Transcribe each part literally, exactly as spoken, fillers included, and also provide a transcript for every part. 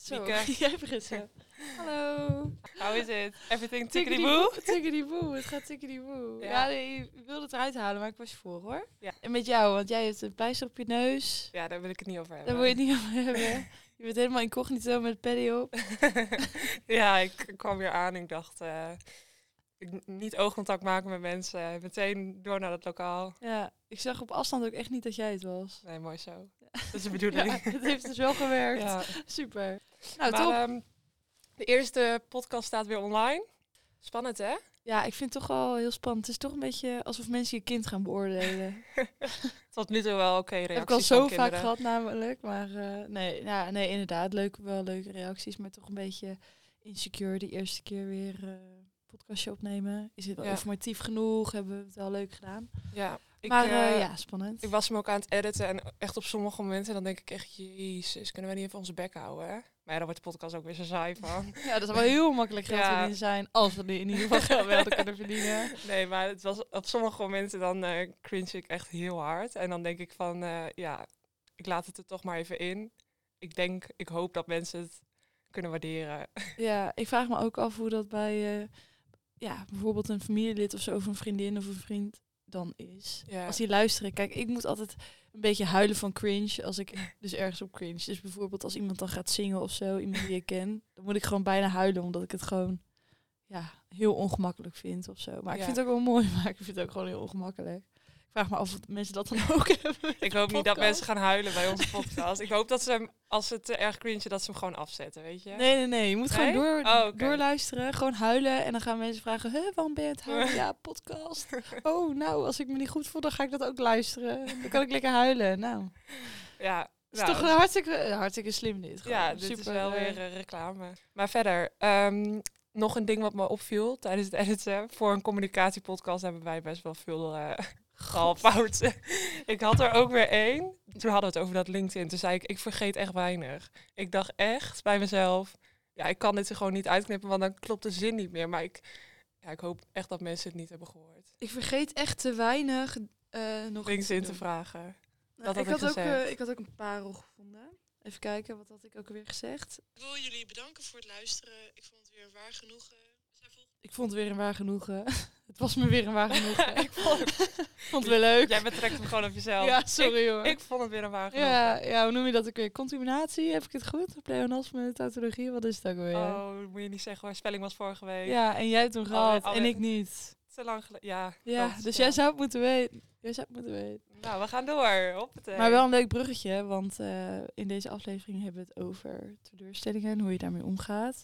Zo, Mieke. jij begint zo. Hallo. How is it? Everything Tickety tickety-boo? Tickety boe, het gaat tickety boe. Ja. Ja, nee, je wilde het eruit halen, maar ik was je voor hoor. Ja. En met jou, want jij hebt een pleister op je neus. Ja, daar wil ik het niet over hebben. Daar wil je het niet over hebben. Je bent helemaal incognito met het paddy op. Ja, ik kwam weer aan en ik dacht... Uh, ik, niet oogcontact maken met mensen. Meteen door naar het lokaal. Ja, ik zag op afstand ook echt niet dat jij het was. Nee, mooi zo. Dat is de bedoeling. Ja, het heeft dus wel gewerkt. Ja. Super. Nou, Maar, top. Um, de eerste podcast staat weer online. Spannend, hè? Ja, ik vind het toch wel heel spannend. Het is toch een beetje alsof mensen je kind gaan beoordelen. Tot nu toe wel oké okay, reacties. Heb ik al zo van vaak kinderen. gehad namelijk. Maar uh, nee, ja, nee, inderdaad. Leuk, wel leuke reacties. Maar toch een beetje insecure de eerste keer weer uh, podcastje opnemen. Is het wel ja. informatief genoeg? Hebben we het wel leuk gedaan? Ja. Ik, maar uh, uh, ja, spannend. Ik was hem ook aan het editen en echt op sommige momenten dan denk ik echt, jezus, kunnen we niet even onze bek houden, hè? Maar ja, dan wordt de podcast ook weer zo saai van. Ja, dat zou wel heel makkelijk geld ja. verdienen zijn, als we in ieder geval geld wel kunnen verdienen. Nee, maar het was op sommige momenten dan uh, cringe ik echt heel hard. En dan denk ik van, uh, ja, ik laat het er toch maar even in. Ik denk, ik hoop dat mensen het kunnen waarderen. Ja, ik vraag me ook af hoe dat bij, uh, ja, bijvoorbeeld een familielid of zo, of een vriendin of een vriend dan is. Ja. Als die luisteren. Kijk, ik moet altijd een beetje huilen van cringe als ik dus ergens op cringe. Dus bijvoorbeeld als iemand dan gaat zingen of zo, iemand die ik ken, dan moet ik gewoon bijna huilen, omdat ik het gewoon ja, heel ongemakkelijk vind of zo. Maar ja. ik vind het ook wel mooi, maar ik vind het ook gewoon heel ongemakkelijk. Ik vraag me af of mensen dat dan ook hebben. Ik hoop niet dat mensen gaan huilen bij onze podcast. Ik hoop dat ze hem, als ze te erg cringen, dat ze hem gewoon afzetten, weet je? Nee, nee, nee. Je moet nee? gewoon door, oh, okay. doorluisteren. Gewoon huilen. En dan gaan mensen vragen, huh, waarom ben je aan het huilen? Ja, podcast. Oh, nou, als ik me niet goed voel, dan ga ik dat ook luisteren. Dan kan ik lekker huilen. Nou. Ja. Het is nou, toch een hartstikke, hartstikke slim dit. Gewoon. Ja, dit Super, is wel uh, weer uh, reclame. Maar verder, um, nog een ding wat me opviel tijdens het editen. Voor een communicatiepodcast hebben wij best wel veel... Uh, galfouten. Ik had er ook weer één. Toen hadden we het over dat LinkedIn. Toen zei ik, ik vergeet echt weinig. Ik dacht echt bij mezelf, ja, ik kan dit er gewoon niet uitknippen, want dan klopt de zin niet meer. Maar ik, ja, ik hoop echt dat mensen het niet hebben gehoord. Ik vergeet echt te weinig uh, nog LinkedIn te vragen. Nou, dat ik, had had ik, ook, uh, ik had ook een parel gevonden. Even kijken, wat had ik ook weer gezegd? Ik wil jullie bedanken voor het luisteren. Ik vond het weer een waar genoegen. Ik vond het weer een waar genoegen. Het was me weer een waar genoegen. ik vond het, vond het weer leuk. Jij betrekt hem gewoon op jezelf. Ja, sorry ik, hoor. Ik vond het weer een waar genoegen. Ja, ja, hoe noem je dat ook weer? Contaminatie, heb ik het goed? Pleonasme, tautologie, wat is het ook weer? Oh, moet je niet zeggen hoor. Spelling was vorige week. Ja, en jij hebt hem gehad oh, en ik niet. Te lang geleden. Ja, ja dat, dus ja. jij zou het moeten weten. Jij zou het moeten weten. Nou, we gaan door. Hoppatee. Maar wel een leuk bruggetje, want uh, in deze aflevering hebben we het over teleurstellingen en hoe je daarmee omgaat.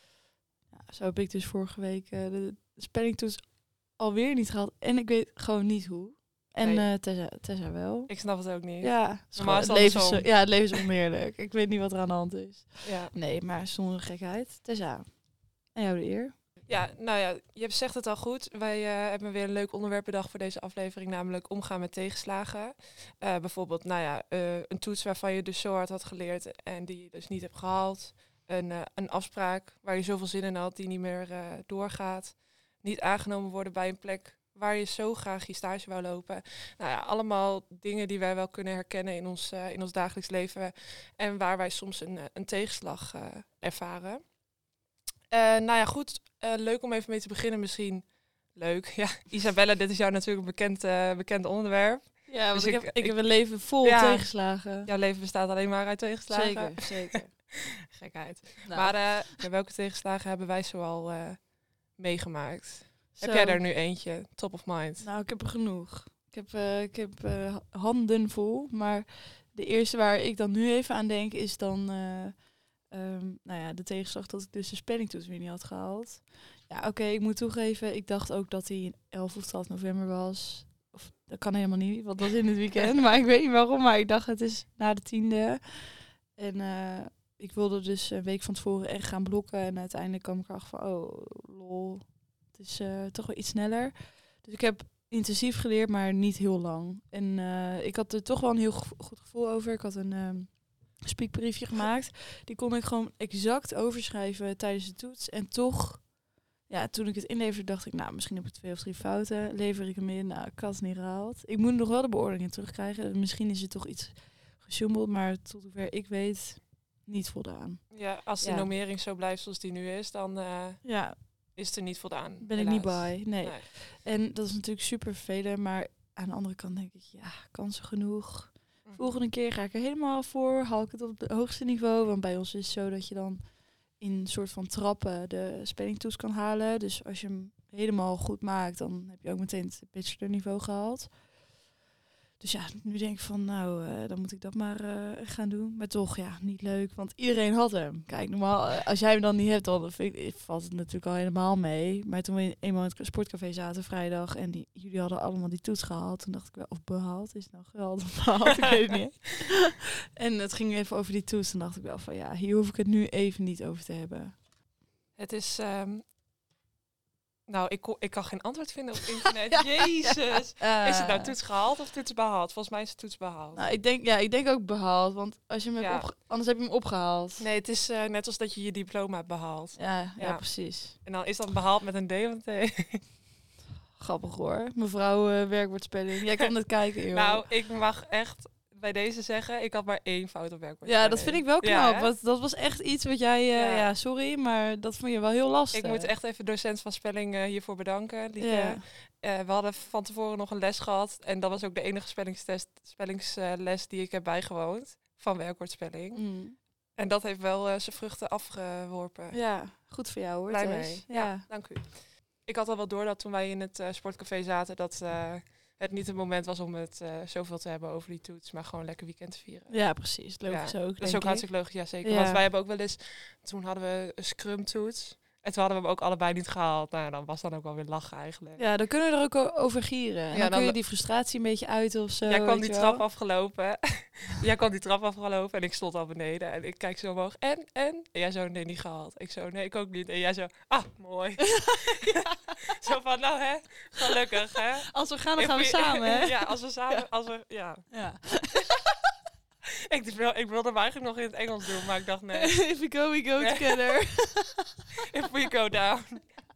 Nou, zo heb ik dus vorige week uh, de spellingtoets alweer niet gehad. En ik weet gewoon niet hoe. En nee. uh, Tessa, Tessa wel. Ik snap het ook niet. Ja, normaal het, leven is zo, ja, het leven is onmeerlijk. Ik weet niet wat er aan de hand is. Ja. Nee, maar zonder gekheid. Tessa, aan jou de eer. Ja, nou ja, je zegt het al goed. Wij uh, hebben weer een leuk onderwerp bedacht voor deze aflevering, namelijk omgaan met tegenslagen. Uh, bijvoorbeeld, nou ja, uh, een toets waarvan je dus zo hard had geleerd en die je dus niet hebt gehaald. Een, uh, een afspraak waar je zoveel zin in had die niet meer uh, doorgaat. Niet aangenomen worden bij een plek waar je zo graag je stage wou lopen. Nou ja, allemaal dingen die wij wel kunnen herkennen in ons, uh, in ons dagelijks leven. En waar wij soms een, een tegenslag uh, ervaren. Uh, nou ja, goed. Uh, leuk om even mee te beginnen misschien. Leuk, ja. Isabella, dit is jou natuurlijk een bekend, uh, bekend onderwerp. Ja, want dus ik, ik, heb, ik heb een leven vol ja, tegenslagen. Jouw leven bestaat alleen maar uit tegenslagen. Zeker, zeker. Gekheid. Nou. Maar uh, welke tegenslagen hebben wij zoal uh, meegemaakt? Zo. Heb jij daar nu eentje, top of mind? Nou, ik heb er genoeg. Ik heb, uh, ik heb uh, handen vol. Maar de eerste waar ik dan nu even aan denk is dan... Uh, um, nou ja, de tegenslag dat ik dus de spellingtoets weer niet had gehaald. Ja, oké, okay, ik moet toegeven. Ik dacht ook dat hij elf of twaalf november was. Of, dat kan helemaal niet, want dat was in het weekend. Maar ik weet niet waarom. Maar ik dacht, het is na de tiende. En... Uh, ik wilde dus een week van tevoren echt gaan blokken. En uiteindelijk kwam ik erachter van, oh, lol. Het is uh, toch wel iets sneller. Dus ik heb intensief geleerd, maar niet heel lang. En uh, ik had er toch wel een heel gevo- goed gevoel over. Ik had een um, speakbriefje gemaakt. Die kon ik gewoon exact overschrijven tijdens de toets. En toch, ja, toen ik het inleverde, dacht ik, nou, misschien heb ik twee of drie fouten. Lever ik hem in? Nou, ik had het niet gehaald. Ik moet nog wel de beoordelingen terugkrijgen. Misschien is het toch iets gesjoemeld, maar tot hoever ik weet... niet voldaan. Ja, als de Ja. normering zo blijft zoals die nu is, dan uh, Ja, is het er niet voldaan. ben helaas. ik niet bij. Nee. nee. En dat is natuurlijk super vervelend, maar aan de andere kant denk ik, ja, kansen genoeg. Mhm. Volgende keer ga ik er helemaal voor, haal ik het op het hoogste niveau. Want bij ons is het zo dat je dan in een soort van trappen de spellingtoets kan halen. Dus als je hem helemaal goed maakt, dan heb je ook meteen het bachelorniveau gehaald. Dus ja, nu denk ik van, nou, uh, dan moet ik dat maar uh, gaan doen. Maar toch, ja, niet leuk, want iedereen had hem. Kijk, normaal, uh, als jij hem dan niet hebt, dan vind ik, valt het natuurlijk al helemaal mee. Maar toen we eenmaal in het sportcafé zaten vrijdag en die, jullie hadden allemaal die toets gehaald, toen dacht ik wel, of behaald, is het nou gehaald of behaald, ik weet het niet. En het ging even over die toets, toen dacht ik wel van, ja, hier hoef ik het nu even niet over te hebben. Het is... Um Nou, ik, kon, ik kan geen antwoord vinden op internet. Ja, Jezus. ja. Uh, is het nou toets gehaald of toets behaald? Volgens mij is het toets behaald. Nou, ik denk, ja, ik denk ook behaald, want als je hem Ja. hebt opge- anders heb je hem opgehaald. Nee, het is uh, net als dat je je diploma hebt behaald. Ja, ja, Ja. precies. En dan is dat behaald met een D of een T. Grappig hoor. Mevrouw uh, werkwoordspelling. Jij kan het kijken, joh. Nou, ik mag echt bij deze zeggen, ik had maar één fout op werkwoordspelling. Ja, dat vind ik wel knap. Ja, want dat was echt iets wat jij... Uh, ja. Ja. ja, sorry, maar dat vond je wel heel lastig. Ik moet echt even docent van spelling uh, hiervoor bedanken. Lieke. Ja. Uh, we hadden van tevoren nog een les gehad. En dat was ook de enige spellingstest, spellingsles uh, die ik heb bijgewoond. Van werkwoordspelling. Mm. En dat heeft wel uh, zijn vruchten afgeworpen. Ja, goed voor jou hoor. Blij Tess. mee. Ja. Ja, dank u. Ik had al wel door dat toen wij in het uh, sportcafé zaten, dat uh, het niet het moment was om het uh, zoveel te hebben over die toets, maar gewoon lekker weekend te vieren. Ja, precies. Logisch Ja, ook. dat is ook hartstikke logisch, ja zeker. Ja. Want wij hebben ook wel eens, toen hadden we een scrum toets. En toen hadden we hem ook allebei niet gehaald. Nou, dan was dan ook wel weer lachen eigenlijk. Ja, dan kunnen we er ook o- over gieren. En Ja, dan, dan kun je die frustratie een beetje uiten of zo. Jij kwam weet die je trap wel. afgelopen. Jij kwam die trap afgelopen en ik stond al beneden. En ik kijk zo omhoog. En, en? En jij zo, nee, niet gehaald. Ik zo, nee, ik ook niet. En jij zo, ah, mooi. Ja. Zo van, nou hè, gelukkig hè. Als we gaan, dan gaan we Ik- samen, hè? Ja, als we samen, Ja. als we, ja. Ja. Ik, wil, ik wilde hem eigenlijk nog in het Engels doen, maar ik dacht, nee. If we go, we go Nee. together. If we go down.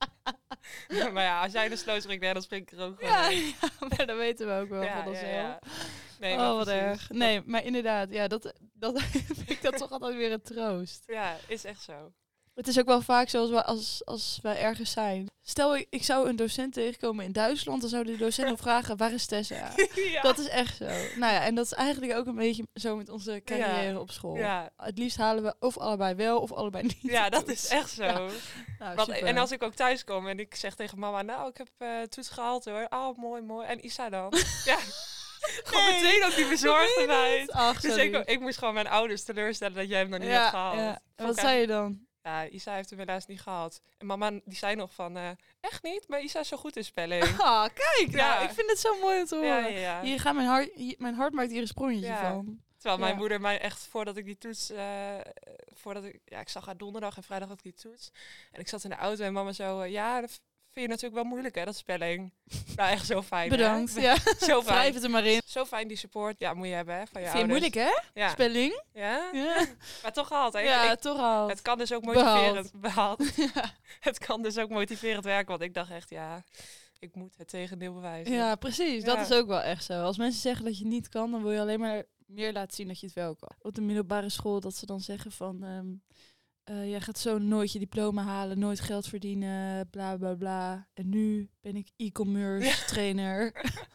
Maar ja, als jij de sloot springt, nee, dan spring ik er ook gewoon Ja, in. ja, maar dat weten we ook wel Ja, van ja, onszelf. ja. Nee, Oh, maar wat precies. erg. Nee, maar inderdaad, ja, dat, dat vind ik dat toch altijd weer een troost. Ja, is echt zo. Het is ook wel vaak zoals we, als, als wij ergens zijn. Stel, ik, ik zou een docent tegenkomen in Duitsland, dan zou de docent nog vragen, waar is Tessa? Ja. Dat is echt zo. Nou ja, en dat is eigenlijk ook een beetje zo met onze carrière Ja. op school. Ja. Het liefst halen we of allebei wel, of allebei niet. Ja, dat toets. is echt zo. Ja. Nou, Want, super. en als ik ook thuis kom en ik zeg tegen mama, nou, ik heb uh, toets gehaald hoor. Oh, mooi, mooi. En Isa dan? Ja. Gewoon Nee, meteen ook die bezorgdheid. Ach, Dus sorry. ik, ik moest gewoon mijn ouders teleurstellen dat jij hem nog niet ja, had gehaald. ja. En Vond wat ik zei je dan? Ja, Isa heeft hem helaas niet gehaald. En mama die zei nog van, uh, echt niet? Maar Isa is zo goed in spelling. Ah, kijk, Ja. nou, ik vind het zo mooi om te horen. ja, ja, ja. Hier gaat mijn hart, hier- mijn hart maakt hier een sprongetje Ja. van. Terwijl mijn Ja. moeder mij echt, voordat ik die toets, uh, voordat ik, ja, ik zag haar donderdag en vrijdag had ik die toets. En ik zat in de auto en mama zo, uh, ja, dat vind je natuurlijk wel moeilijk hè, dat spelling. Nou, echt zo fijn. Bedankt. Hè? Ja. Zo Wrijf fijn. het er maar in. Zo fijn die support, ja, moet je hebben hè, van je Vind je ouders. moeilijk, hè? Ja. Spelling? Ja? Ja, Maar toch gehaald hè. ja Ik- toch al. het kan dus ook Behaald. motiverend behaald. Ja. Het kan dus ook motiverend werken, want ik dacht echt, ja, ik moet het tegendeel bewijzen. Ja, precies. Dat Ja. is ook wel echt zo. Als mensen zeggen dat je het niet kan, dan wil je alleen maar meer laten zien dat je het wel kan. Op de middelbare school dat ze dan zeggen van... ehm, uh, jij gaat zo nooit je diploma halen, nooit geld verdienen, bla bla bla. En nu ben ik e-commerce Ja. trainer.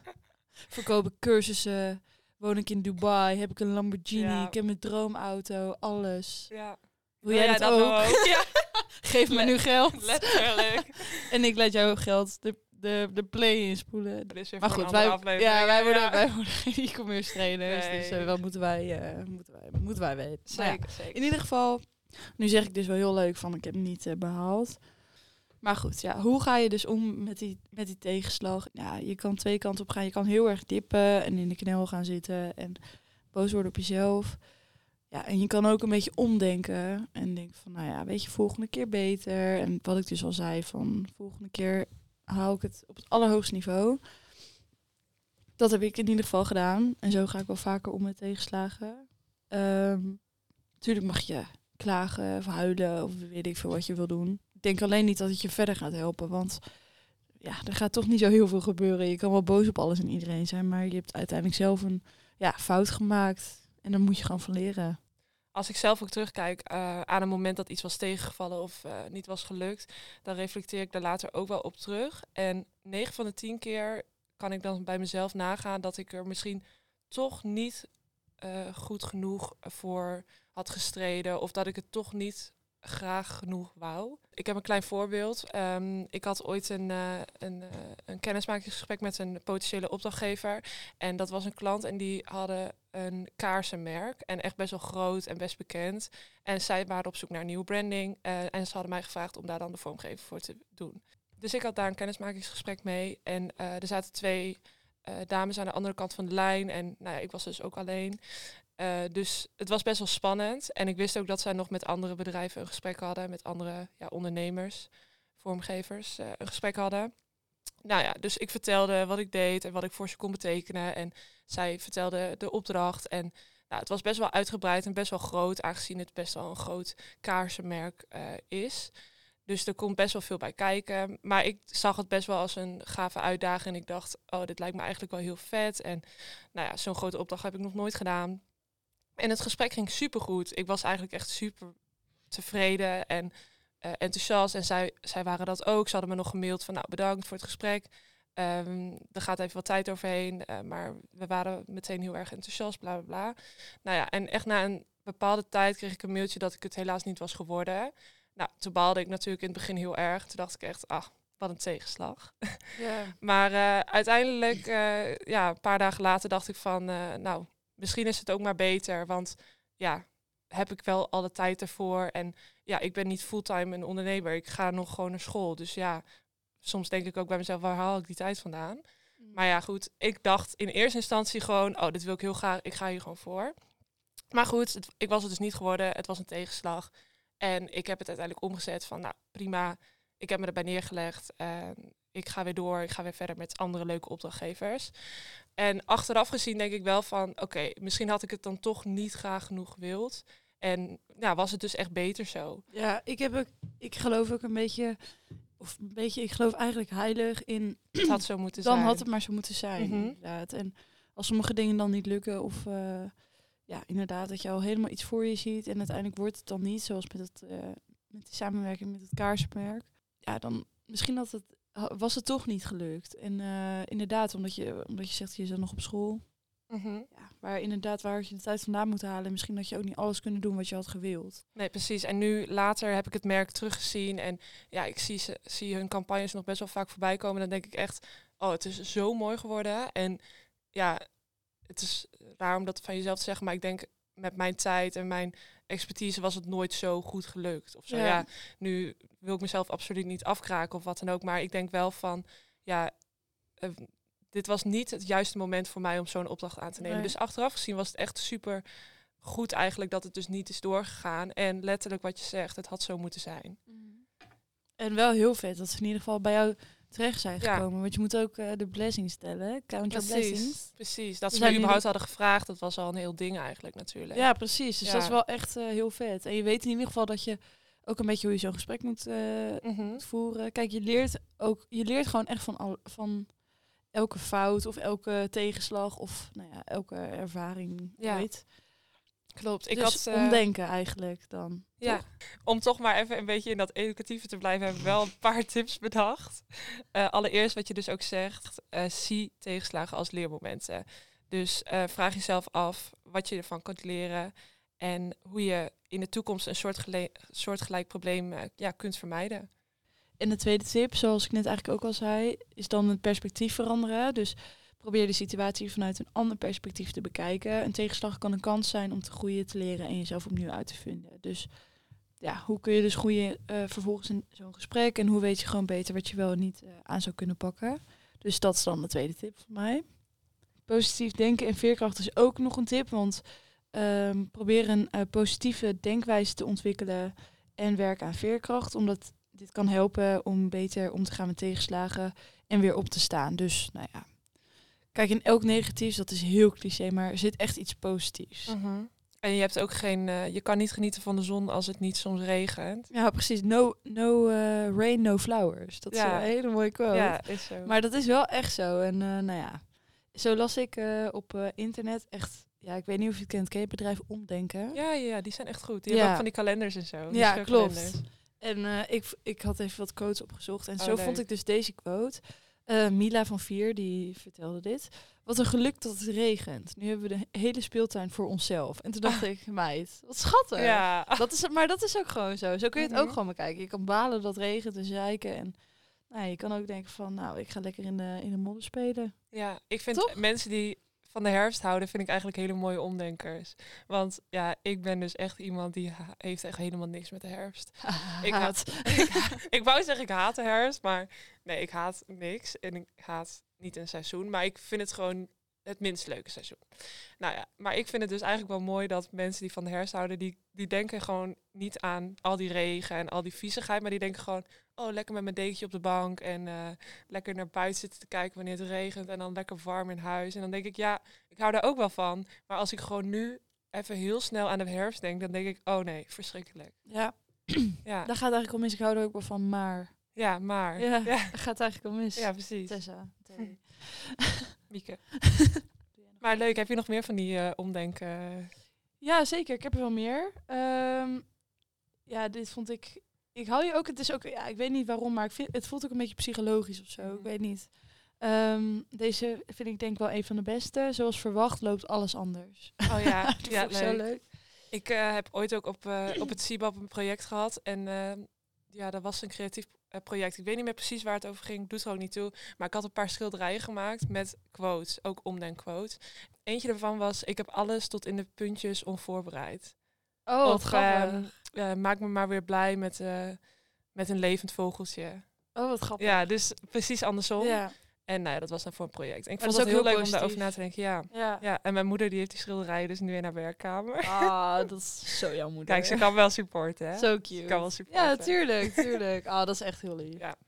Verkoop ik cursussen. Woon ik in Dubai, heb ik een Lamborghini, Ja. ik heb mijn droomauto, alles. Ja. Wil jij dat, dat ook? nou ook? Ja, Geef me Le- nu geld. letterlijk. En ik laat jou geld de, de, de play inspoelen. Dat is weer Maar voor goed, een wij, andere aflevering. ja, wij, worden, Ja. wij worden geen e-commerce trainers. Nee. Dus uh, wat moeten wij, uh, moeten, wij, moeten wij weten. Maar ja, Zeker, zeker. in ieder geval, nu zeg ik dus wel heel leuk van ik heb het niet uh, behaald. Maar goed, ja, hoe ga je dus om met die, met die tegenslag? Ja, je kan twee kanten op gaan. Je kan heel erg dippen en in de knel gaan zitten en boos worden op jezelf. Ja, en je kan ook een beetje omdenken en denken van, nou ja, weet je, volgende keer beter. En wat ik dus al zei, van volgende keer haal ik het op het allerhoogste niveau. Dat heb ik in ieder geval gedaan. En zo ga ik wel vaker om met tegenslagen. Um, natuurlijk mag je klagen of huilen of weet ik veel wat je wil doen. Ik denk alleen niet dat het je verder gaat helpen, want ja, er gaat toch niet zo heel veel gebeuren. Je kan wel boos op alles en iedereen zijn, maar je hebt uiteindelijk zelf een ja, fout gemaakt. En daar moet je gewoon van leren. als ik zelf ook terugkijk uh, aan een moment dat iets was tegengevallen of uh, niet was gelukt, dan reflecteer ik daar later ook wel op terug. En negen van de tien keer kan ik dan bij mezelf nagaan dat ik er misschien toch niet uh, goed genoeg voor had gestreden of dat ik het toch niet graag genoeg wou. Ik heb een klein voorbeeld. Um, ik had ooit een, uh, een, uh, een kennismakingsgesprek met een potentiële opdrachtgever. En dat was een klant en die hadden een kaarsenmerk. En echt best wel groot en best bekend. En zij waren op zoek naar nieuwe branding. Uh, en ze hadden mij gevraagd om daar dan de vormgeving voor te doen. Dus ik had daar een kennismakingsgesprek mee. En uh, er zaten twee uh, dames aan de andere kant van de lijn. En nou ja, ik was dus ook alleen. Uh, dus het was best wel spannend. En ik wist ook dat zij nog met andere bedrijven een gesprek hadden. Met andere ja, ondernemers, vormgevers uh, een gesprek hadden. Nou ja, dus ik vertelde wat ik deed en wat ik voor ze kon betekenen. En zij vertelde de opdracht. En nou, het was best wel uitgebreid en best wel groot. Aangezien het best wel een groot kaarsenmerk uh, is. Dus er komt best wel veel bij kijken. Maar ik zag het best wel als een gave uitdaging. En ik dacht, oh, dit lijkt me eigenlijk wel heel vet. En nou ja, zo'n grote opdracht heb ik nog nooit gedaan. En het gesprek ging supergoed. Ik was eigenlijk echt super tevreden en uh, enthousiast. En zij, zij waren dat ook. Ze hadden me nog gemaild van, nou, bedankt voor het gesprek. Um, er gaat even wat tijd overheen. Uh, maar we waren meteen heel erg enthousiast, bla, bla, bla. Nou ja, en echt na een bepaalde tijd kreeg ik een mailtje dat ik het helaas niet was geworden. Nou, toen baalde ik natuurlijk in het begin heel erg. Toen dacht ik echt, ah, wat een tegenslag. Ja. Maar uh, uiteindelijk, uh, ja, een paar dagen later dacht ik van, uh, nou... Misschien is het ook maar beter, want ja, heb ik wel alle tijd ervoor. En ja, ik ben niet fulltime een ondernemer. Ik ga nog gewoon naar school. Dus ja, soms denk ik ook bij mezelf, waar haal ik die tijd vandaan? Mm. Maar ja, goed, ik dacht in eerste instantie gewoon, oh, dit wil ik heel graag. Ik ga hier gewoon voor. Maar goed, het, ik was het dus niet geworden. Het was een tegenslag. En ik heb het uiteindelijk omgezet van, nou, prima. Ik heb me erbij neergelegd. Uh, ik ga weer door. Ik ga weer verder met andere leuke opdrachtgevers. En achteraf gezien denk ik wel van, oké, okay, misschien had ik het dan toch niet graag genoeg gewild. En ja, was het dus echt beter zo. Ja, ik heb ook, ik geloof ook een beetje, of een beetje, ik geloof eigenlijk heilig in. Het had zo moeten dan zijn. Dan had het maar zo moeten zijn, mm-hmm. inderdaad. En als sommige dingen dan niet lukken, of uh, ja, inderdaad, dat je al helemaal iets voor je ziet en uiteindelijk wordt het dan niet, zoals met het, uh, met die samenwerking met het kaarsenmerk. Ja, dan misschien had het. Was het toch niet gelukt. En uh, inderdaad, omdat je, omdat je zegt, je zat nog op school. Mm-hmm. Ja, waar inderdaad, waar had je de tijd vandaan moeten halen. Misschien had je ook niet alles kunnen doen wat je had gewild. Nee, precies. En nu later heb ik het merk teruggezien. En ja, ik zie, ze, zie hun campagnes nog best wel vaak voorbij komen. Dan denk ik echt, oh, het is zo mooi geworden. En ja, het is raar om dat van jezelf te zeggen. Maar ik denk, met mijn tijd en mijn expertise was het nooit zo goed gelukt. Of zo. Ja. ja, nu wil ik mezelf absoluut niet afkraken of wat dan ook. Maar ik denk wel van, ja, uh, dit was niet het juiste moment voor mij om zo'n opdracht aan te nemen. Nee. Dus achteraf gezien was het echt super goed eigenlijk dat het dus niet is doorgegaan. En letterlijk wat je zegt, het had zo moeten zijn. En wel heel vet dat ze in ieder geval bij jou terecht zijn gekomen. Ja. Want je moet ook uh, de blessings tellen. Count your blessings. Precies, dat we ze me überhaupt hadden gevraagd. Dat was al een heel ding eigenlijk natuurlijk. Ja, precies. Dus ja. dat is wel echt uh, heel vet. En je weet in ieder geval dat je ook een beetje hoe je zo'n gesprek moet, uh, mm-hmm. moet voeren. Kijk, je leert ook, je leert gewoon echt van, al, van elke fout of elke tegenslag of nou ja, elke ervaring. Ja. Weet. Klopt. Ik dus had uh, omdenken eigenlijk dan. Ja. Toch? Om toch maar even een beetje in dat educatieve te blijven, heb ik wel een paar tips bedacht. Uh, allereerst wat je dus ook zegt, uh, zie tegenslagen als leermomenten. Dus uh, vraag jezelf af wat je ervan kunt leren en hoe je in de toekomst een soortgelijk, soortgelijk probleem uh, ja, kunt vermijden. En de tweede tip, zoals ik net eigenlijk ook al zei, is dan het perspectief veranderen. Dus probeer de situatie vanuit een ander perspectief te bekijken. Een tegenslag kan een kans zijn om te groeien, te leren en jezelf opnieuw uit te vinden. Dus ja, hoe kun je dus groeien uh, vervolgens in zo'n gesprek en hoe weet je gewoon beter wat je wel en niet uh, aan zou kunnen pakken. Dus dat is dan de tweede tip van mij. Positief denken en veerkracht is ook nog een tip, want um, probeer een uh, positieve denkwijze te ontwikkelen en werk aan veerkracht, omdat dit kan helpen om beter om te gaan met tegenslagen en weer op te staan. Dus nou ja, kijk, in elk negatiefs, dat is heel cliché, maar er zit echt iets positiefs. Mm-hmm. En je hebt ook geen, uh, je kan niet genieten van de zon als het niet soms regent. Ja, precies. No, no uh, rain, no flowers. Dat ja. is een hele mooie quote. Ja, is zo. Maar dat is wel echt zo. En uh, nou ja, zo las ik uh, op uh, internet echt ja, ik weet niet of je het kent. Ken je het bedrijf Omdenken? Ja, ja, die zijn echt goed. Die Ja. hebben ook van die kalenders en zo. Die Ja, scheurkalenders. klopt. En uh, ik, ik had even wat quotes opgezocht. En Oh, zo leuk. vond ik dus deze quote. Uh, Mila van Vier, die vertelde dit. Wat een geluk dat het regent. Nu hebben we de hele speeltuin voor onszelf. En toen dacht Ah. ik, meid, wat schattig. Ja. Dat is, maar dat is ook gewoon zo. Zo kun je het Mhm. ook gewoon bekijken. Je kan balen dat het regent en zeiken. En nou, je kan ook denken van, nou, ik ga lekker in de, in de modder spelen. Ja, ik vind Toch? mensen die van de herfst houden, vind ik eigenlijk hele mooie omdenkers. Want ja, ik ben dus echt iemand die ha- heeft echt helemaal niks met de herfst. Ik haat, ik, ha- ik wou zeggen, ik haat de herfst, maar nee, ik haat niks. En ik haat niet een seizoen, maar ik vind het gewoon het minst leuke seizoen. Nou ja, maar ik vind het dus eigenlijk wel mooi dat mensen die van de herfst houden, die, die denken gewoon niet aan al die regen en al die viezigheid, maar die denken gewoon, oh, lekker met mijn dekentje op de bank en uh, lekker naar buiten zitten te kijken wanneer het regent en dan lekker warm in huis. En dan denk ik, ja, ik hou daar ook wel van. Maar als ik gewoon nu even heel snel aan de herfst denk, dan denk ik, oh nee, verschrikkelijk. Ja, Ja, daar gaat eigenlijk om mis. Ik hou er ook wel van, maar... ja maar. Ja, Ja, daar gaat eigenlijk om mis. ja precies. Tessa. Thee. Mieke. Maar leuk, heb je nog meer van die uh, omdenken? Ja, zeker. Ik heb er wel meer. Um, ja, dit vond ik... Ik hou je ook... Het is ook... Ja, ik weet niet waarom, maar ik vind, het voelt ook een beetje psychologisch of zo. Ik weet niet. Um, deze vind ik denk wel een van de beste. Zoals verwacht loopt alles anders. Oh ja, Dat ja vond ik leuk. zo leuk. Ik uh, heb ooit ook op, uh, op het C I B A P een project gehad. En uh, ja, dat was een creatief uh, project. Ik weet niet meer precies waar het over ging. Doet er ook niet toe. Maar ik had een paar schilderijen gemaakt met quotes. Ook omdenkquotes. Eentje daarvan was, ik heb alles tot in de puntjes onvoorbereid. Oh, wat Of, grappig. Uh, uh, maak me maar weer blij met, uh, met een levend vogeltje. Oh, wat grappig. Ja, dus precies andersom. Ja. En nou ja, dat was dan voor een project. En ik Maar vond dat het is heel ook leuk heel om daarover positief. na te denken. Ja. Ja. Ja, en mijn moeder die heeft die schilderijen dus nu in haar werkkamer. Ah, dat is zo jouw moeder. Kijk, ze kan wel supporten, hè? Zo Ze cute. kan wel supporten. Ja, tuurlijk, tuurlijk. Ah, dat is echt heel lief. Ja.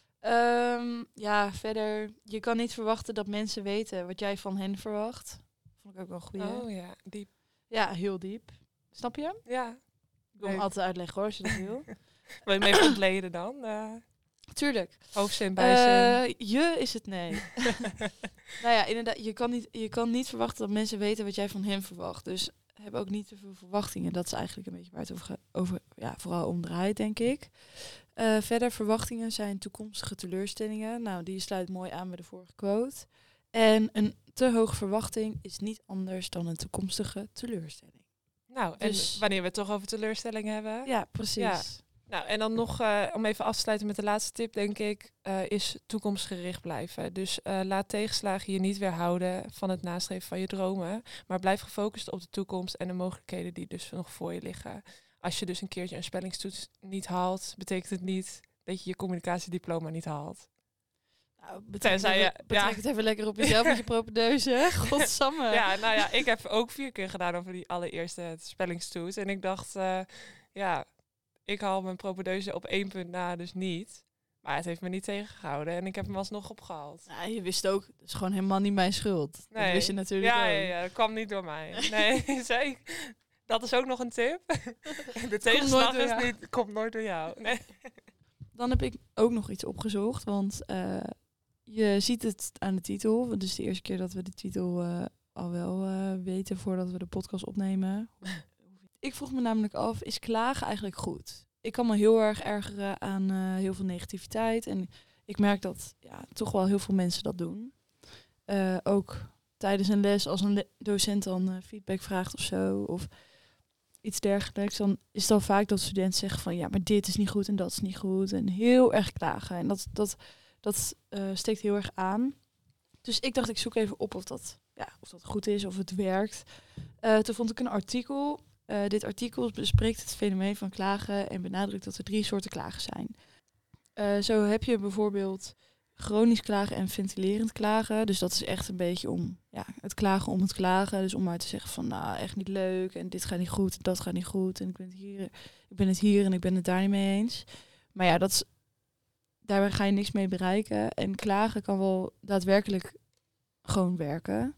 Um, ja, verder, je kan niet verwachten dat mensen weten wat jij van hen verwacht. Vond ik ook wel een goeie. Oh ja, diep. Ja, heel diep. Snap je? Ja. Ik wil hem Leuk. altijd uitleggen hoor, als je dat wil. Wil je me even ontleden dan? Uh, Tuurlijk. hoofdzin, bijzin. Uh, je is het nee. Nou ja, inderdaad, je kan, niet, je kan niet verwachten dat mensen weten wat jij van hen verwacht. Dus heb ook niet te veel verwachtingen. Dat is eigenlijk een beetje waar het over, ga, over ja, vooral om draait, denk ik. Uh, verder, verwachtingen zijn toekomstige teleurstellingen. Nou, die sluit mooi aan bij de vorige quote. En een te hoge verwachting is niet anders dan een toekomstige teleurstelling. Nou, dus- en wanneer we het toch over teleurstellingen hebben. Ja, precies. Ja. Nou, en dan nog, uh, om even af te sluiten met de laatste tip, denk ik, uh, is toekomstgericht blijven. Dus uh, laat tegenslagen je niet weerhouden van het nastreven van je dromen. Maar blijf gefocust op de toekomst en de mogelijkheden die dus nog voor je liggen. Als je dus een keertje een spellingstoets niet haalt, betekent het niet dat je je communicatiediploma niet haalt. Nou, betrek, Tenzij het, je- even, betrek ja. het even lekker op jezelf met je propedeuse. Godsamme. Ja, nou ja, ik heb ook vier keer gedaan over die allereerste spellingstoets. En ik dacht, uh, ja, ik haal mijn propedeuse op één punt na, dus niet. Maar het heeft me niet tegengehouden en ik heb hem alsnog opgehaald. Nou, je wist ook, het is gewoon helemaal niet mijn schuld. Nee. Dat wist je natuurlijk ja, ook. ja, ja, dat kwam niet door mij. Nee, zeker. Dat is ook nog een tip. De tegenslag nooit door is jou. niet, komt nooit door jou. Nee. Dan heb ik ook nog iets opgezocht, want uh, je ziet het aan de titel. Het is de eerste keer dat we de titel uh, al wel uh, weten voordat we de podcast opnemen. Ik vroeg me namelijk af, is klagen eigenlijk goed? Ik kan me heel erg ergeren aan uh, heel veel negativiteit. En ik merk dat ja, toch wel heel veel mensen dat doen. Uh, ook tijdens een les, als een le- docent dan uh, feedback vraagt of zo, of iets dergelijks, dan is het al vaak dat studenten zeggen van ja, maar dit is niet goed en dat is niet goed. En heel erg klagen. En dat, dat, dat uh, steekt heel erg aan. Dus ik dacht, ik zoek even op of dat, ja, of dat goed is, of het werkt. Uh, toen vond ik een artikel. Uh, dit artikel bespreekt het fenomeen van klagen en benadrukt dat er drie soorten klagen zijn. Uh, zo heb je bijvoorbeeld chronisch klagen en ventilerend klagen. Dus dat is echt een beetje om ja, het klagen om het klagen. Dus om maar te zeggen van nou, echt niet leuk en dit gaat niet goed en dat gaat niet goed. En ik ben het hier, ik ben het hier en ik ben het daar niet mee eens. Maar ja, dat is, daar ga je niks mee bereiken. En klagen kan wel daadwerkelijk gewoon werken.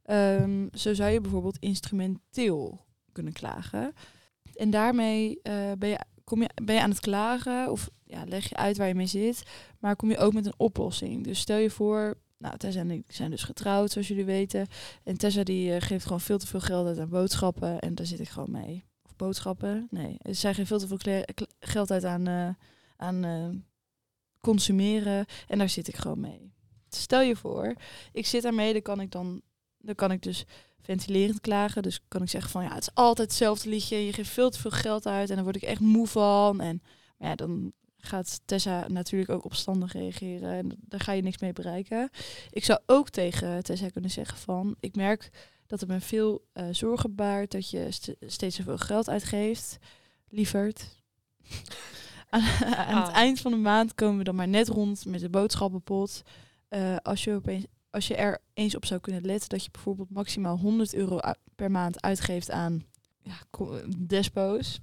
Um, zo zou je bijvoorbeeld instrumenteel kunnen klagen. En daarmee uh, ben, je, kom je, ben je aan het klagen of ja, leg je uit waar je mee zit. Maar kom je ook met een oplossing. Dus stel je voor, Nou, Tessa en ik zijn dus getrouwd, zoals jullie weten. En Tessa die uh, geeft gewoon veel te veel geld uit aan boodschappen. En daar zit ik gewoon mee. Of boodschappen? Nee. Zij geeft veel te veel kle- kle- geld uit aan, uh, aan uh, consumeren. En daar zit ik gewoon mee. Stel je voor, ik zit daarmee, dan kan ik dan... Dan kan ik dus ventilerend klagen. Dus kan ik zeggen van, ja, het is altijd hetzelfde liedje. Je geeft veel te veel geld uit en dan word ik echt moe van. En maar ja, dan gaat Tessa natuurlijk ook opstandig reageren. En daar ga je niks mee bereiken. Ik zou ook tegen Tessa kunnen zeggen van, ik merk dat het me veel uh, zorgen baart dat je st- steeds zoveel geld uitgeeft. Lieverd. aan aan ah. het eind van de maand komen we dan maar net rond met de boodschappenpot. Uh, als je opeens... Als je er eens op zou kunnen letten dat je bijvoorbeeld maximaal honderd euro per maand uitgeeft aan ja, despo's.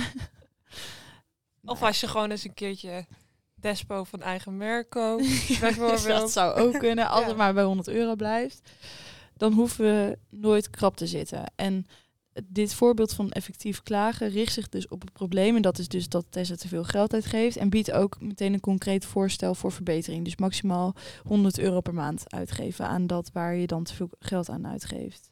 Of als je gewoon eens een keertje despo van eigen merk koopt, bijvoorbeeld. Dat zou ook kunnen, als ja. het maar bij honderd euro blijft. Dan hoeven we nooit krap te zitten. En dit voorbeeld van effectief klagen richt zich dus op het probleem. En dat is dus dat Tessa te veel geld uitgeeft. En biedt ook meteen een concreet voorstel voor verbetering. Dus maximaal honderd euro per maand uitgeven aan dat waar je dan te veel geld aan uitgeeft.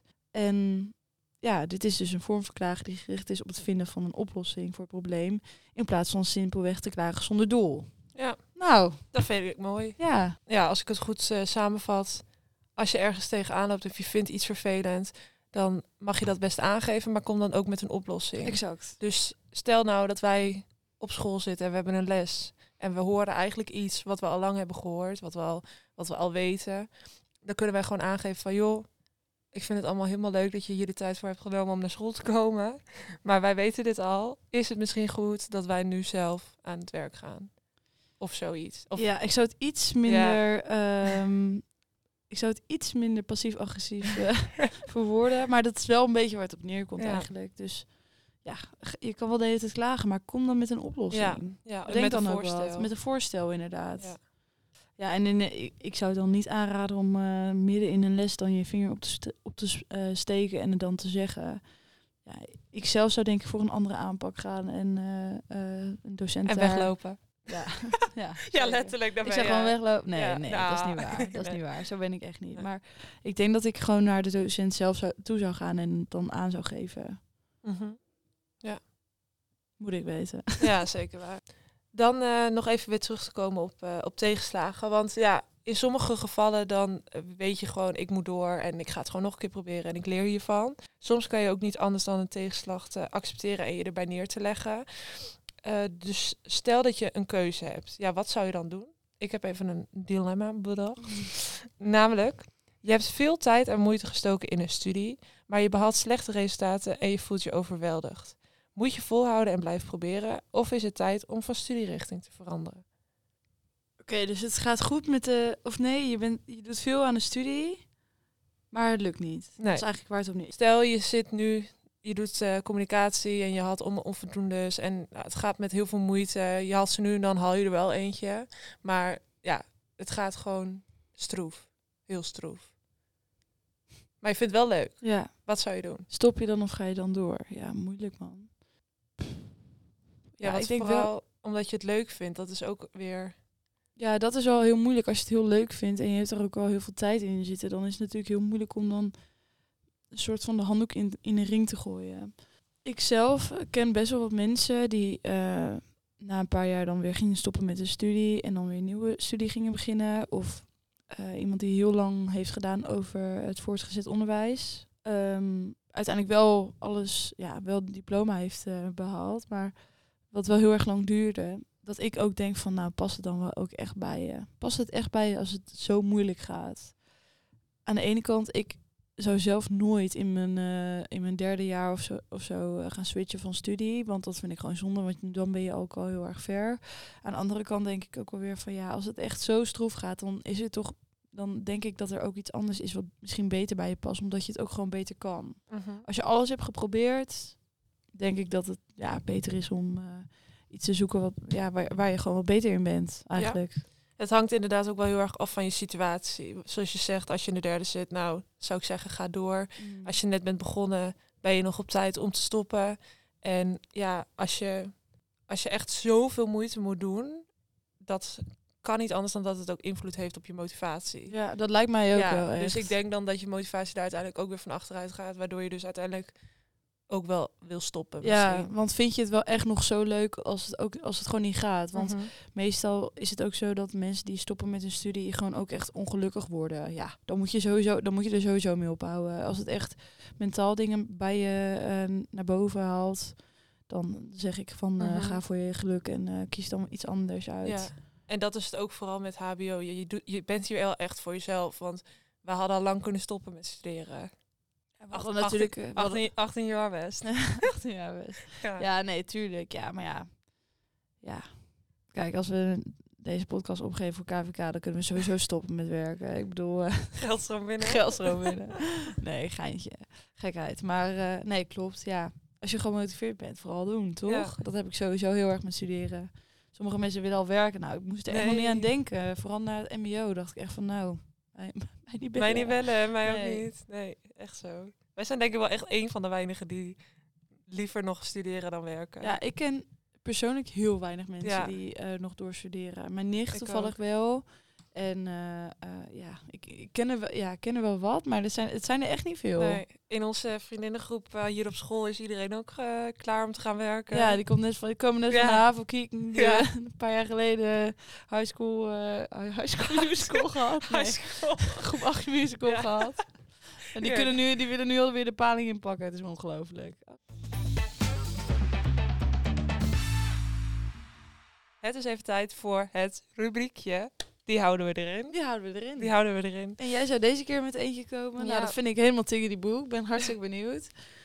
En ja, dit is dus een vorm van klagen die gericht is op het vinden van een oplossing voor het probleem. In plaats van simpelweg te klagen zonder doel. Ja, nou, dat vind ik mooi. Ja, ja als ik het goed uh, samenvat. Als je ergens tegenaan loopt of je vindt iets vervelend, dan mag je dat best aangeven, maar kom dan ook met een oplossing. Exact. Dus stel nou dat wij op school zitten en we hebben een les en we horen eigenlijk iets wat we al lang hebben gehoord, wat we al, wat we al weten. Dan kunnen wij gewoon aangeven van, joh, ik vind het allemaal helemaal leuk dat je hier de tijd voor hebt genomen om naar school te komen. Maar wij weten dit al. Is het misschien goed dat wij nu zelf aan het werk gaan? Of zoiets. Of ja, ik zou het iets minder... Ja. Um, Ik zou het iets minder passief-agressief uh, verwoorden. Maar dat is wel een beetje waar het op neerkomt ja. eigenlijk. Dus ja, je kan wel de hele tijd klagen, maar kom dan met een oplossing. Ja, ja Denk met dan een ook voorstel. Wat. Met een voorstel inderdaad. Ja, ja en in, ik, ik zou dan niet aanraden om uh, midden in een les dan je vinger op te, st- op te uh, steken en het dan te zeggen. Ja, ik zelf zou denk ik voor een andere aanpak gaan en uh, uh, een docent En daar... weglopen. Ja, ja, ja, letterlijk. Dan ik zeg gewoon weglopen. Nee, ja, nee, nou, dat is niet waar. Dat is nee. niet waar. Zo ben ik echt niet. Nee. Maar ik denk dat ik gewoon naar de docent zelf zou, toe zou gaan en dan aan zou geven. Mm-hmm. Ja. Moet ik weten. Ja, zeker waar. Dan uh, nog even weer terug te komen op, uh, op tegenslagen. Want ja, in sommige gevallen dan uh, weet je gewoon, ik moet door en ik ga het gewoon nog een keer proberen en ik leer hiervan. Soms kan je ook niet anders dan een tegenslag te accepteren en je erbij neer te leggen. Uh, dus stel dat je een keuze hebt. Ja, wat zou je dan doen? Ik heb even een dilemma bedacht. Namelijk, je hebt veel tijd en moeite gestoken in een studie, maar je behaalt slechte resultaten en je voelt je overweldigd. Moet je volhouden en blijven proberen? Of is het tijd om van studierichting te veranderen? Oké, okay, dus het gaat goed met de... Of nee, je, bent, je doet veel aan de studie, maar het lukt niet. Nee. Dat is eigenlijk waar het om niet. Stel, je zit nu... Je doet uh, communicatie en je haalt om onvoldoendes en nou, het gaat met heel veel moeite. Je haalt ze nu en dan haal je er wel eentje. Maar ja, het gaat gewoon stroef. Heel stroef. Maar je vindt het wel leuk. Ja. Wat zou je doen? Stop je dan of ga je dan door? Ja, moeilijk man. Ja, ja wat ik denk vooral wel... omdat je het leuk vindt. Dat is ook weer... Ja, dat is wel heel moeilijk als je het heel leuk vindt en je hebt er ook al heel veel tijd in zitten. Dan is het natuurlijk heel moeilijk om dan... een soort van de handdoek in, in een ring te gooien. Ik zelf ken best wel wat mensen die uh, na een paar jaar dan weer gingen stoppen met de studie en dan weer een nieuwe studie gingen beginnen. Of uh, iemand die heel lang heeft gedaan over het voortgezet onderwijs. Um, uiteindelijk wel alles, ja, wel het diploma heeft uh, behaald, maar wat wel heel erg lang duurde. Dat ik ook denk van, nou, past het dan wel ook echt bij je? Past het echt bij je als het zo moeilijk gaat? Aan de ene kant, ik zou zelf nooit in mijn, uh, in mijn derde jaar of zo, of zo uh, gaan switchen van studie. Want dat vind ik gewoon zonde, want dan ben je ook al heel erg ver. Aan de andere kant denk ik ook wel weer van ja, als het echt zo stroef gaat, dan is het toch, dan denk ik dat er ook iets anders is wat misschien beter bij je past, omdat je het ook gewoon beter kan. Uh-huh. Als je alles hebt geprobeerd, denk ik dat het ja, beter is om uh, iets te zoeken wat, ja, waar, waar je gewoon wat beter in bent, eigenlijk. Ja. Het hangt inderdaad ook wel heel erg af van je situatie. Zoals je zegt, als je in de derde zit, nou, zou ik zeggen, ga door. Mm. Als je net bent begonnen, ben je nog op tijd om te stoppen. En ja, als je, als je echt zoveel moeite moet doen, dat kan niet anders dan dat het ook invloed heeft op je motivatie. Ja, dat lijkt mij ook Ja, wel echt. dus ik denk dan dat je motivatie daar uiteindelijk ook weer van achteruit gaat. Waardoor je dus uiteindelijk ook wel wil stoppen. Ja, misschien. want vind je het wel echt nog zo leuk als het, ook, als het gewoon niet gaat? Want Mhm. meestal is het ook zo dat mensen die stoppen met hun studie gewoon ook echt ongelukkig worden. Ja, dan moet je, sowieso, dan moet je er sowieso mee ophouden. Als het echt mentaal dingen bij je uh, naar boven haalt, dan zeg ik van uh, Mhm. ga voor je geluk en uh, kies dan iets anders uit. Ja. En dat is het ook vooral met H B O. Je, je, doet, je bent hier wel echt voor jezelf. Want we hadden al lang kunnen stoppen met studeren. Ja, we hadden natuurlijk uh, we hadden achttien, achttien jaar best. achttien jaar best. Ja. Ja, nee, tuurlijk. Ja, maar ja. Ja. Kijk, als we deze podcast opgeven voor K V K, dan kunnen we sowieso stoppen met werken. Ik bedoel... Uh, geldstroom winnen. Geldstroom winnen. Nee, geintje. Gekheid. Maar uh, nee, klopt. Ja. Als je gemotiveerd bent, vooral doen, toch? Ja. Dat heb ik sowieso heel erg met studeren. Sommige mensen willen al werken. Nou, ik moest er echt nee. nog niet aan denken. Vooral na het M B O dacht ik echt van, nou... Mij, mij niet bellen. Mij niet bellen, mij nee. ook niet. Nee, echt zo. Wij zijn denk ik wel echt een van de weinigen die liever nog studeren dan werken. Ja, ik ken persoonlijk heel weinig mensen ja. die uh, nog doorstuderen. Mijn nicht ik toevallig ook. wel. En uh, uh, ja, ik, ik ken er wel, ja, ken er wel wat, maar het zijn, het zijn er echt niet veel. Nee, in onze vriendinnengroep uh, hier op school is iedereen ook uh, klaar om te gaan werken. Ja, die komt net van, die komen net ja. van de haven kieken. Ja. Uh, een paar jaar geleden high school, uh, high school musical gehad. Nee. High school. Groep acht musical ja. gehad. En die, ja. kunnen nu, die willen nu alweer de paling inpakken. Het is ongelooflijk. Het is even tijd voor het rubriekje. Die houden we erin. Die houden we erin. Die houden we erin. En jij zou deze keer met eentje komen? Ja. Nou, dat vind ik helemaal tiggedy-boe. Ik ben hartstikke benieuwd.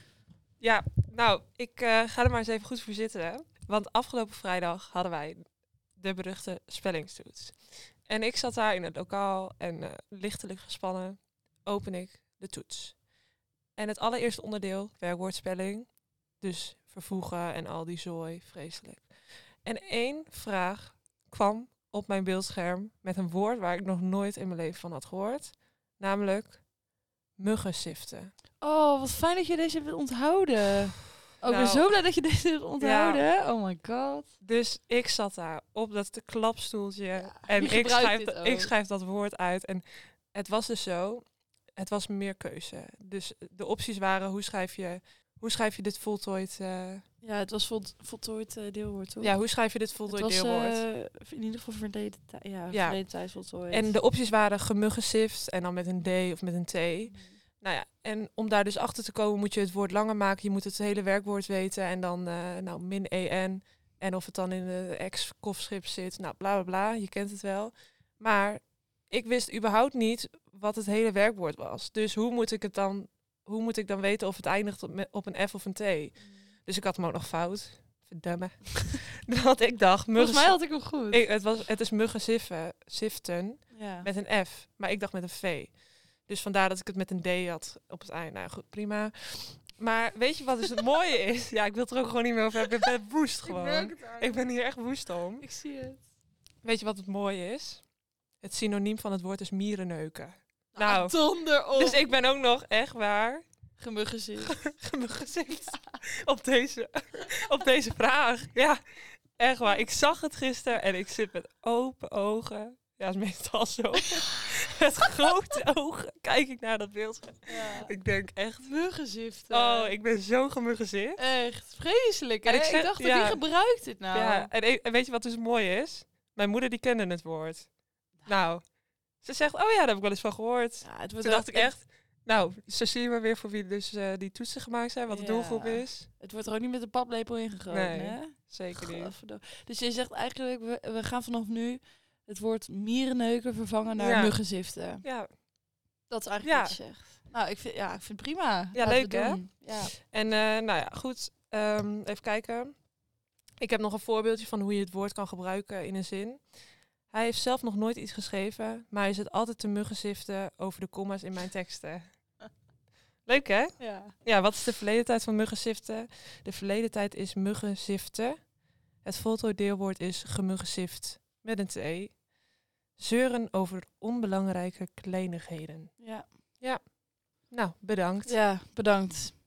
Ja, nou, ik uh, ga er maar eens even goed voor zitten. Hè? Want afgelopen vrijdag hadden wij de beruchte spellingstoets. En ik zat daar in het lokaal en uh, lichtelijk gespannen open ik de toets. En het allereerste onderdeel, werkwoordspelling. Dus vervoegen en al die zooi, vreselijk. En één vraag kwam op mijn beeldscherm met een woord waar ik nog nooit in mijn leven van had gehoord. Namelijk muggensiften. Oh, wat fijn dat je deze hebt onthouden. Oh, ik nou, ben zo blij dat je deze hebt onthouden. Ja. Oh my god. Dus ik zat daar op dat klapstoeltje ja, en ik schrijf, da- ik schrijf dat woord uit. En het was dus zo, het was meer keuze. Dus de opties waren, hoe schrijf je, hoe schrijf je dit voltooid... Uh, ja, het was vol, voltooid uh, deelwoord, toch? Ja, hoe schrijf je dit voltooid het was, deelwoord? Uh, in ieder geval verleden tijd. Ja, ja. verleden tijd voltooid. En de opties waren gemuggensift en dan met een D of met een T. Mm. Nou ja, en om daar dus achter te komen moet je het woord langer maken. Je moet het hele werkwoord weten en dan uh, nou, min en. En of het dan in de ex-kofschip zit. Nou, bla bla bla, je kent het wel. Maar ik wist überhaupt niet wat het hele werkwoord was. Dus hoe moet ik het dan, hoe moet ik dan weten of het eindigt op, me, op een F of een T? Mm. Dus ik had hem ook nog fout. Verdamme. Want ik dacht... Volgens mij had ik hem goed. Ik, het, was, het is muggensiften, siften, ja. met een F. Maar ik dacht met een V. Dus vandaar dat ik het met een D had op het eind. Nou goed, prima. Maar weet je wat dus het mooie is? Ja, ik wil het er ook gewoon niet meer over hebben. Ik ben woest gewoon. Ik, ik ben hier echt woest om. Ik zie het. Weet je wat het mooie is? Het synoniem van het woord is mierenneuken. Nou, nou donder op. Dus ik ben ook nog echt waar... Gemuggenzicht. Gemuggenzicht. op, deze, op deze vraag. Ja, echt waar. Ik zag het gisteren en ik zit met open ogen. Ja, dat is meestal zo. Met grote ogen kijk ik naar dat beeld. Ja. Ik denk echt... Muggenzift. Oh, ik ben zo gemuggenzift. Echt vreselijk. Hè? En ik, ik, zeg, dacht, ja. wie gebruikt dit nou? Ja, en, en weet je wat dus mooi is? Mijn moeder die kende het woord. Nou, ze zegt, oh ja, daar heb ik wel eens van gehoord. Ja, het wordt Toen dacht ik echt... Nou, zo zie je maar weer voor wie dus uh, die toetsen gemaakt zijn, wat de ja. doelgroep is. Het wordt er ook niet met een paplepel ingegooid, nee, hè? Zeker niet. Godverdomme. Dus je zegt eigenlijk, we, we gaan vanaf nu het woord mierenneuken vervangen naar ja. muggenziften. Ja. Dat is eigenlijk ja. wat je zegt. Nou, ik vind, ja, ik vind het prima. Ja, Laten leuk we hè? doen. Ja. En uh, nou ja, goed. Um, even kijken. Ik heb nog een voorbeeldje van hoe je het woord kan gebruiken in een zin. Hij heeft zelf nog nooit iets geschreven, maar hij zit altijd te muggenziften over de komma's in mijn teksten. Leuk hè? Ja. Ja, wat is de verleden tijd van muggenziften? De verleden tijd is muggenziften. Het voltooid deelwoord is gemuggenzift met een T. Zeuren over onbelangrijke kleinigheden. Ja. Ja. Nou, bedankt. Ja, bedankt.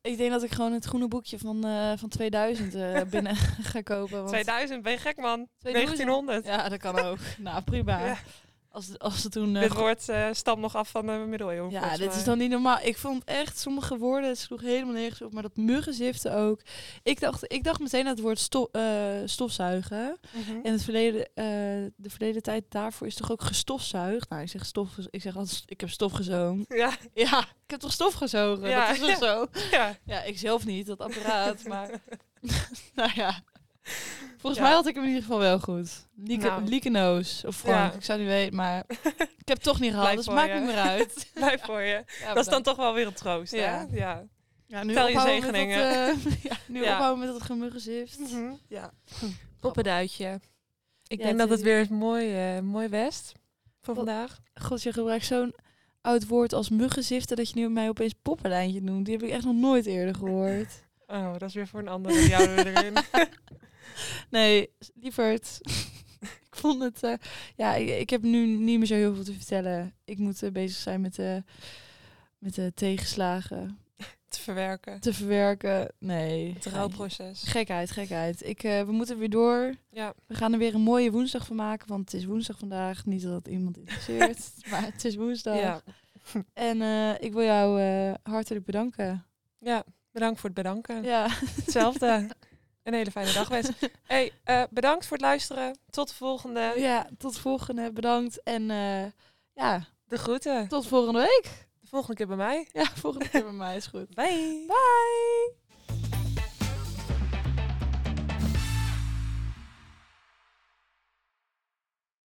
Ik denk dat ik gewoon het groene boekje van, uh, van tweeduizend uh, binnen ga kopen. Want tweeduizend, ben je gek man? tweeduizend negentienhonderd. Ja, dat kan ook. Nou, prima. Ja. Als, als het toen... Uh, Dit woord uh, stamt nog af van de middeleeuwen. Ja, dit mij. is dan niet normaal. Ik vond echt sommige woorden, het sloeg helemaal nergens op. Maar dat muggenziften ook. Ik dacht, ik dacht meteen aan het woord stof, uh, stofzuigen. Mm-hmm. En het verleden, uh, de verleden tijd daarvoor is toch ook gestofzuigd? Nou, ik zeg stof, ik zeg altijd, ik heb stof gezogen. Ja. Ja, ik heb toch stof gezogen? Ja. Dat is toch ja. zo? Ja. Ja, ik zelf niet, dat apparaat. Maar, nou ja. Volgens ja. mij had ik hem in ieder geval wel goed. Lieke, nou. Liekenoos of Frank, Ja. ik zou niet weten, maar ik heb het toch niet gehaald, dus maakt niet meer uit. Blijf voor je. Ja, dat is dan toch wel weer een troost, ja. hè? Ja. Ja, nu Tel je ophouden zegeningen. Met dat, uh, ja, nu ja. ophouden met dat gemuggenzift. Mm-hmm. Ja. Poppenduitje. Ik ja, denk dat het is... weer is mooi, uh, mooi west voor God, vandaag. God, je gebruikt zo'n oud woord als muggenziften dat je nu mij opeens poppenlijntje noemt. Die heb ik echt nog nooit eerder gehoord. Oh, dat is weer voor een andere jou erin. Nee, lieverd. Ik vond het... Uh, ja, ik, ik heb nu niet meer zo heel veel te vertellen. Ik moet uh, bezig zijn met de, met de tegenslagen. Te verwerken. Te verwerken. Nee. Het rouwproces. Gekheid, gekheid. Ik, uh, we moeten weer door. Ja. We gaan er weer een mooie woensdag van maken. Want het is woensdag vandaag. Niet dat het iemand interesseert. Maar het is woensdag. Ja. En uh, ik wil jou uh, hartelijk bedanken. Ja, bedankt voor het bedanken. Ja. Hetzelfde. Een hele fijne dag wens. Hey, uh, bedankt voor het luisteren. Tot de volgende. Ja, tot de volgende. Bedankt. En uh, ja, de groeten. Tot volgende week. De volgende keer bij mij. Ja, volgende keer bij mij is goed. Bye. Bye.